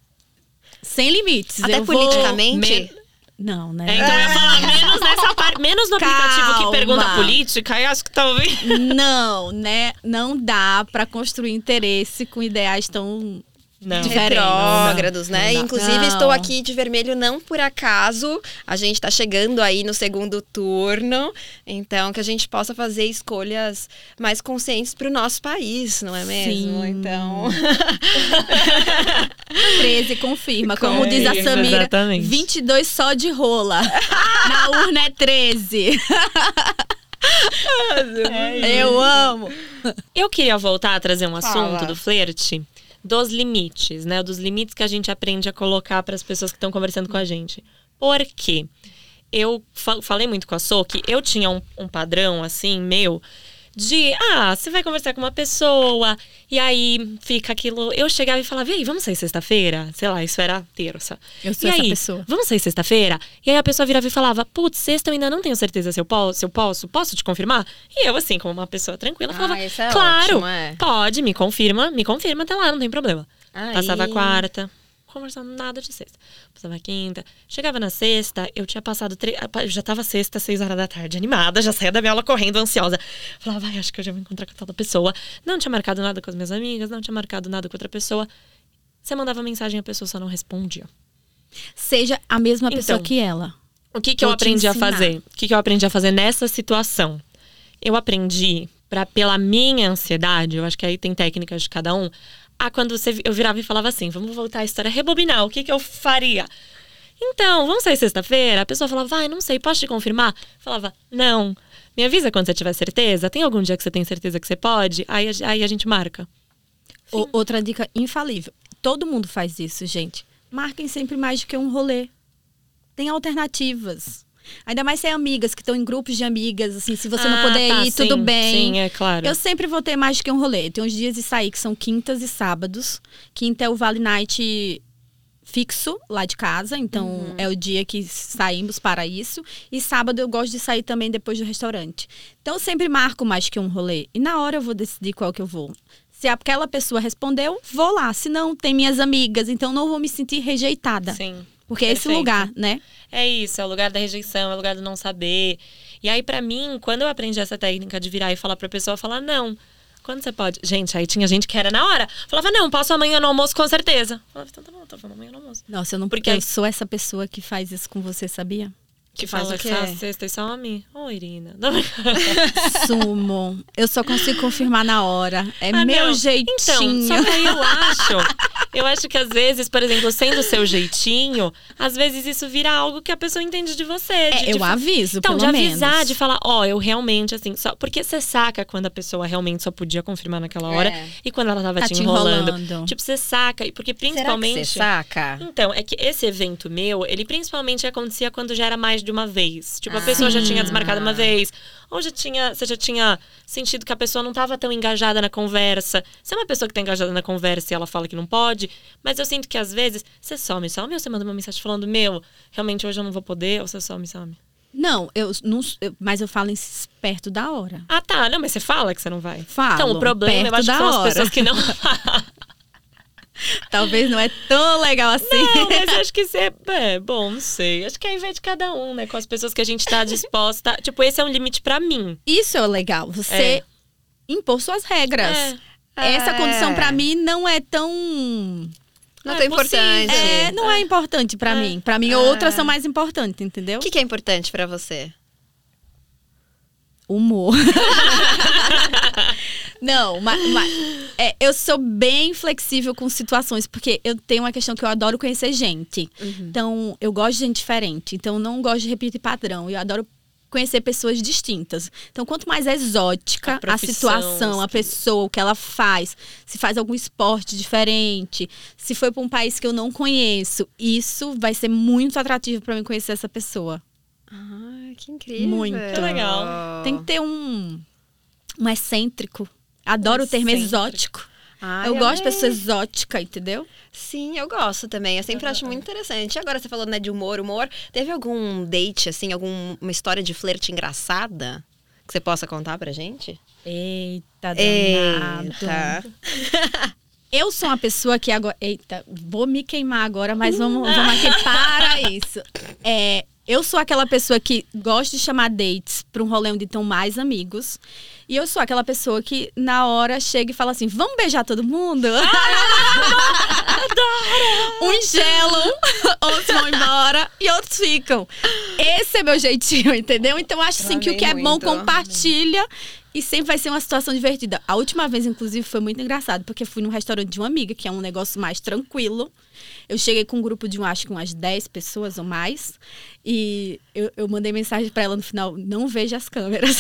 sem limites. Até eu politicamente? Vou... Não, né? É, então eu ia falar menos nessa parte, menos no Calma. aplicativo que pergunta política, eu acho que talvez... Não, né? Não dá pra construir interesse com ideais tão Não. retrógrados, não, né? Não, Inclusive, não. estou aqui de vermelho não por acaso. A gente tá chegando aí no segundo turno. Então, que a gente possa fazer escolhas mais conscientes pro nosso país, não é mesmo? Sim. Então... treze confirma, como É diz a isso, Samira, exatamente. vinte e dois só de rola. Na urna é treze. É Eu amo. Eu queria voltar a trazer um assunto Fala. do flerte, dos limites, né? Dos limites que a gente aprende a colocar para as pessoas que estão conversando com a gente. Por quê? Eu fa- falei muito com a Sô que eu tinha um, um padrão, assim, meu, de, ah, você vai conversar com uma pessoa, e aí fica aquilo. Eu chegava e falava, e aí, vamos sair sexta-feira? Sei lá, isso era terça. Eu sou e essa aí, pessoa. vamos sair sexta-feira? E aí a pessoa virava e falava, putz, sexta eu ainda não tenho certeza se eu posso, se eu posso, posso te confirmar? E eu, assim, como uma pessoa tranquila, falava, Ah, isso é claro, ótimo, é. pode, me confirma, me confirma até lá, não tem problema. Aí. Passava a quarta, conversando nada de sexta. Passava a quinta. Chegava na sexta, eu tinha passado... Tre... eu já tava sexta, seis horas da tarde, animada. Já saía da minha aula correndo, ansiosa. Falava, vai, acho que eu já vou encontrar com tal pessoa. Não tinha marcado nada com as minhas amigas, não tinha marcado nada com outra pessoa. Você mandava mensagem e a pessoa só não respondia. Seja a mesma pessoa Então, que ela. O que que Vou eu te aprendi a ensinar. fazer? O que que eu aprendi a fazer nessa situação? Eu aprendi, pra, pela minha ansiedade, eu acho que aí tem técnicas de cada um, a quando você, eu virava e falava assim, vamos voltar à história, rebobinar, o que que eu faria? Então, vamos sair sexta-feira? A pessoa falava, vai, não sei, posso te confirmar? Eu falava, não. Me avisa quando você tiver certeza? Tem algum dia que você tem certeza que você pode? Aí, a- aí a gente marca. O- outra dica infalível. Todo mundo faz isso, gente. Marquem sempre mais do que um rolê. Tem alternativas. Ainda mais se é amigas, que estão em grupos de amigas, assim, se você não Ah, puder tá, ir, tudo sim, bem. Sim, é claro. Eu sempre vou ter mais do que um rolê. Tem uns dias de sair que são quintas e sábados. Quinta é o Vale Night fixo lá de casa, então é o dia que saímos para isso. E sábado eu gosto de sair também depois do restaurante. Então eu sempre marco mais que um rolê. E na hora eu vou decidir qual que eu vou. Se aquela pessoa respondeu, vou lá. Se não, tem minhas amigas, então não vou me sentir rejeitada. Sim. Porque é esse Perfeito. lugar, né? É isso, é o lugar da rejeição, é o lugar do não saber. E aí, pra mim, quando eu aprendi essa técnica de virar e falar pra pessoa, falar, não, quando você pode? Gente, aí tinha gente que era na hora. Falava, não, posso amanhã no almoço com certeza. Falava, então tá bom, tô falando amanhã no almoço. Nossa, eu não Porque eu aí- sou essa pessoa que faz isso com você, sabia? Que, faz fala o que quê? faz sexta e some. Ô, Irina. Não. Sumo. Eu só consigo confirmar na hora. É Ah, meu não. jeitinho. Então, só que aí eu acho. Eu acho que às vezes, por exemplo, sendo o seu jeitinho, às vezes isso vira algo que a pessoa entende de você. É, de, eu de, aviso, Então, pelo de avisar, menos. de falar, ó, eu realmente, assim, só. Porque você saca quando a pessoa realmente só podia confirmar naquela hora É. e quando ela tava Tá te te enrolando. enrolando. Tipo, você saca. E porque Será que principalmente. você saca? Então, é que esse evento meu, ele principalmente acontecia quando já era mais de uma vez. Tipo, a pessoa já tinha desmarcado uma vez, ou já tinha, você já tinha sentido que a pessoa não estava tão engajada na conversa. Você é uma pessoa que tá engajada na conversa e ela fala que não pode, mas eu sinto que às vezes você some, some, ou você manda uma mensagem falando, meu, realmente hoje eu não vou poder, ou você some, some. Não, eu não, eu- mas eu falo em perto da hora. Ah, tá, não, mas você fala que você não vai. Falo, Então, o problema, eu perto acho que da são as hora. pessoas que não falam. Talvez não é tão legal assim. Não, mas acho que você. É, bom, não sei. Acho que aí vai de cada um, né? Com as pessoas que a gente tá disposta. Tipo, esse é um limite pra mim. Isso é o legal. Você É. impor suas regras. É. Essa É. condição pra mim não é tão. Não É tão possível. importante. É, não é, importante pra É. mim. Pra mim, outras são mais importantes, entendeu? O que, que é importante pra você? Humor. Não, mas, é, eu sou bem flexível com situações, porque eu tenho uma questão que eu adoro conhecer gente. Então, eu gosto de gente diferente. Então, eu não gosto de repetir padrão. Eu adoro conhecer pessoas distintas. Então, quanto mais exótica A a, profissão, situação, a sim. pessoa, o que ela faz, se faz algum esporte diferente, se foi para um país que eu não conheço, isso vai ser muito atrativo para mim conhecer essa pessoa. Ah, que incrível. Muito. Que legal. Tem que ter um, um excêntrico. Adoro o termo Excêntrico. exótico. Ai, eu gosto de amei. pessoa exótica, entendeu? Sim, eu gosto também. Eu sempre acho muito interessante. E agora você falou, né, de humor. Humor, teve algum date, assim, alguma história de flerte engraçada que você possa contar pra gente? Eita, danado. Eita. Eu sou uma pessoa que agora... Eita, vou me queimar agora, mas vamos, vamos aqui para isso. É, Eu sou aquela pessoa que gosta de chamar dates pra um rolê onde estão mais amigos. E eu sou aquela pessoa que, na hora, chega e fala assim, vamos beijar todo mundo? Adoro! Uns gelam, outros vão embora e outros ficam. Esse é meu jeitinho, entendeu? Então, acho assim, que o que é bom, compartilha. E sempre vai ser uma situação divertida. A última vez, inclusive, foi muito engraçado. Porque fui num restaurante de uma amiga, que é um negócio mais tranquilo. Eu cheguei com um grupo de, um, acho que umas dez pessoas ou mais. E eu, eu mandei mensagem pra ela no final, não veja as câmeras.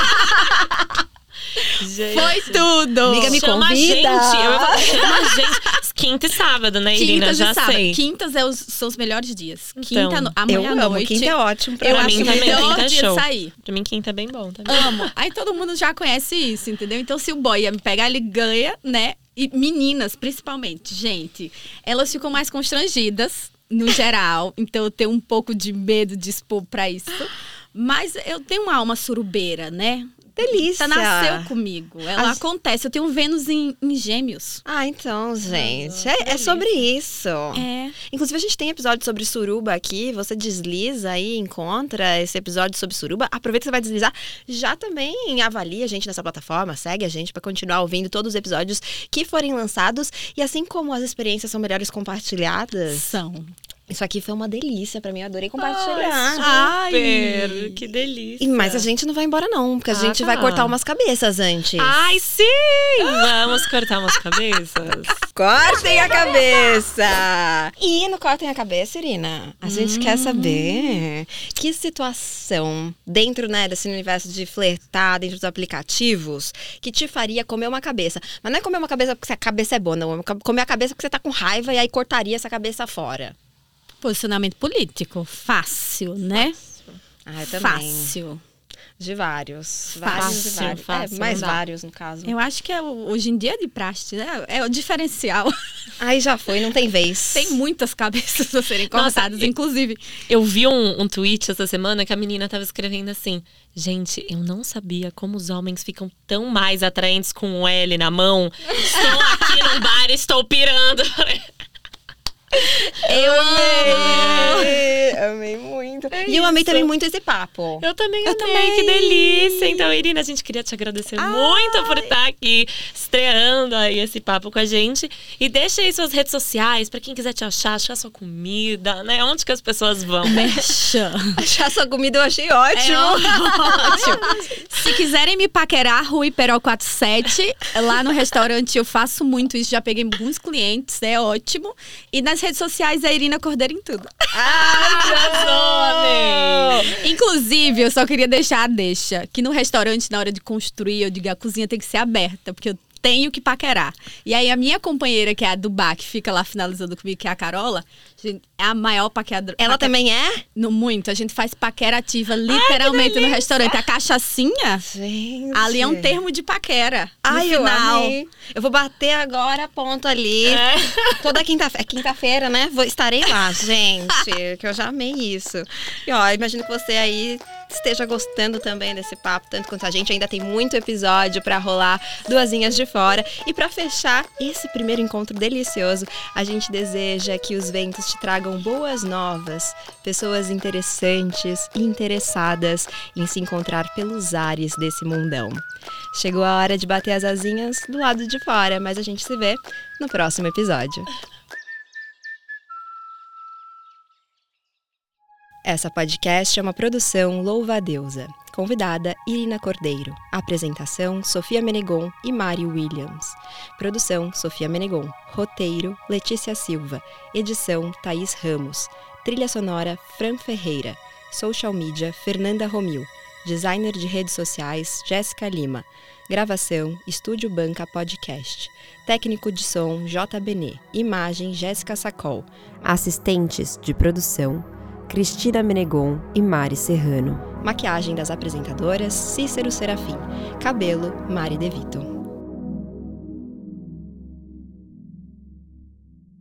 Gente. Foi tudo! Amiga, me chama convida! A gente. Eu, chama a gente. Quinta e sábado, né, Irina? Quintas Já e sábado. sei. Quintas é os, são os melhores dias. Então, quinta, no, amanhã eu à amo. noite. Quinta é ótimo pra eu pra acho mim o também, melhor quinta é dia show. de sair. Pra mim, quinta é bem bom também. Amo. Aí todo mundo já conhece isso, entendeu? Então, se o boy ia me pegar, ele ganha, né? E meninas, principalmente, gente, elas ficam mais constrangidas, no geral. Então, eu tenho um pouco de medo de expor pra isso. Mas eu tenho uma alma surubeira, né? Delícia! Nasceu comigo. Ela As... acontece. Eu tenho Vênus em, em Gêmeos. Ah, então, gente. É, é sobre isso. É. Inclusive, a gente tem episódio sobre suruba aqui. Você desliza aí, encontra esse episódio sobre suruba. Aproveita que você vai deslizar. Já também avalia a gente nessa plataforma. Segue a gente para continuar ouvindo todos os episódios que forem lançados. E assim como as experiências são melhores compartilhadas... São. Isso aqui foi uma delícia pra mim, eu adorei compartilhar. Ai, super! Que delícia! E, mas a gente não vai embora não, porque a ah, gente tá. vai cortar umas cabeças antes. Ai, sim! Vamos cortar umas cabeças? Cortem a cabeça! E no Cortem a Cabeça, Irina, a gente hum. quer saber que situação dentro, né, desse universo de flertar, dentro dos aplicativos, que te faria comer uma cabeça. Mas não é comer uma cabeça porque a cabeça é boa, não. É comer a cabeça porque você tá com raiva e aí cortaria essa cabeça fora. Posicionamento político. Fácil, né? Ah, eu também. Fácil. De vários. Fácil, vários de vários. Fácil, é, mais vários, no caso. Eu acho que é, hoje em dia é de praxe, né? É o diferencial. Aí já foi, não tem vez. Tem muitas cabeças a serem cortadas, Nossa, inclusive. Eu vi um, um tweet essa semana que a menina tava escrevendo assim: gente, eu não sabia como os homens ficam tão mais atraentes com um L na mão. Estou aqui num bar, estou pirando. Eu amei! Amei muito. É e eu amei também muito esse papo. Eu também eu amei, também. Que delícia. Então, Irina, a gente queria te agradecer Ai. muito por estar aqui estreando aí esse papo com a gente. E deixa aí suas redes sociais pra quem quiser te achar, achar sua comida, né? Onde que as pessoas vão? Mexa. Achar sua comida eu achei ótimo. É ótimo. Se quiserem me paquerar, Rua Iperó quarenta e sete, lá no restaurante eu faço muito isso. Já peguei alguns clientes, é ótimo. E nas redes sociais é Irina Cordeiro em tudo. Ai, que Inclusive, eu só queria deixar a deixa. Que no restaurante, na hora de construir, eu digo, a cozinha tem que ser aberta. Porque eu tenho que paquerar. E aí, a minha companheira, que é a do bar, que fica lá finalizando comigo, que é a Carola, gente, é a maior paqueradora. Ela paquera... também é? No, muito. A gente faz paquera ativa, literalmente, Ai, no restaurante. A cachaçinha, gente. ali é um termo de paquera. Ai, no final. eu amei. Eu vou bater agora, ponto ali. É. Toda quinta-feira. É quinta-feira, né? Vou, estarei lá, gente. Que eu já amei isso. E ó, imagino que você aí esteja gostando também desse papo, tanto quanto a gente. Ainda tem muito episódio pra rolar, duasinhas de fora. E pra fechar esse primeiro encontro delicioso, a gente deseja que os ventos te tragam boas novas, pessoas interessantes e interessadas em se encontrar pelos ares desse mundão. Chegou a hora de bater as asinhas do lado de fora, mas a gente se vê no próximo episódio. Essa podcast é uma produção Louva a Deusa. Convidada, Irina Cordeiro. Apresentação, Sofia Menegon e Mari Williams. Produção, Sofia Menegon. Roteiro, Letícia Silva. Edição, Thaís Ramos. Trilha sonora, Fran Ferreira. Social media, Fernanda Romil. Designer de redes sociais, Jéssica Lima. Gravação, Estúdio Banca Podcast. Técnico de som, J. Benê. Imagem, Jéssica Sacol. Assistentes de produção, Cristina Menegon e Mari Serrano. Maquiagem das apresentadoras, Cícero Serafim. Cabelo, Mari De Vito.